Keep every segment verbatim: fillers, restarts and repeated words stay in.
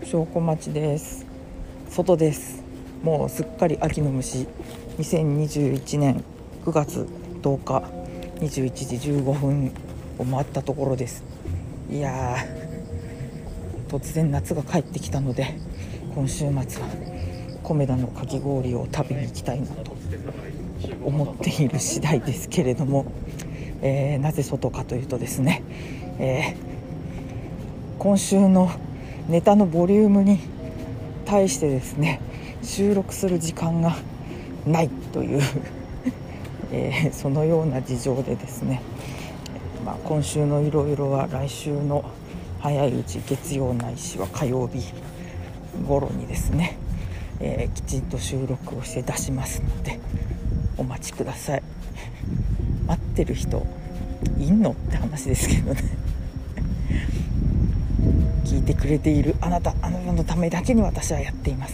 証拠待ちです。外です。もうすっかり秋の虫。にせんにじゅういちねんくがつとおかにじゅういちじじゅうごふんを回ったところです。いやー、突然夏が帰ってきたので、今週末はコメダのかき氷を食べに行きたいなと思っている次第ですけれども、えー、なぜ外かというとですね、えー、今週のネタのボリュームに対してですね、収録する時間がないという、えー、そのような事情でですね、まあ、今週のいろいろは来週の早いうち月曜ないしは火曜日頃にですね、えー、きちんと収録をして出しますのでお待ちください。待ってる人いんのって話ですけどね聞いてくれているあなたあなたのためだけに私はやっています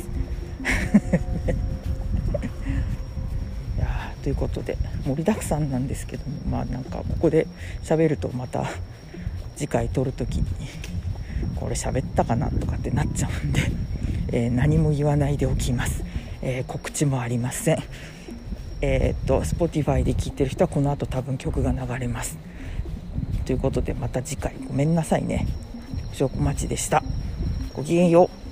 いやということで盛りだくさんなんですけども、まあなんかここで喋るとまた次回撮るときにこれ喋ったかなとかってなっちゃうんで、えー、何も言わないでおきます。えー、告知もありません。えー、っと Spotify で聴いてる人はこの後多分曲が流れますということで、また次回ごめんなさいね。証拠待ちでした。ごきげんよう。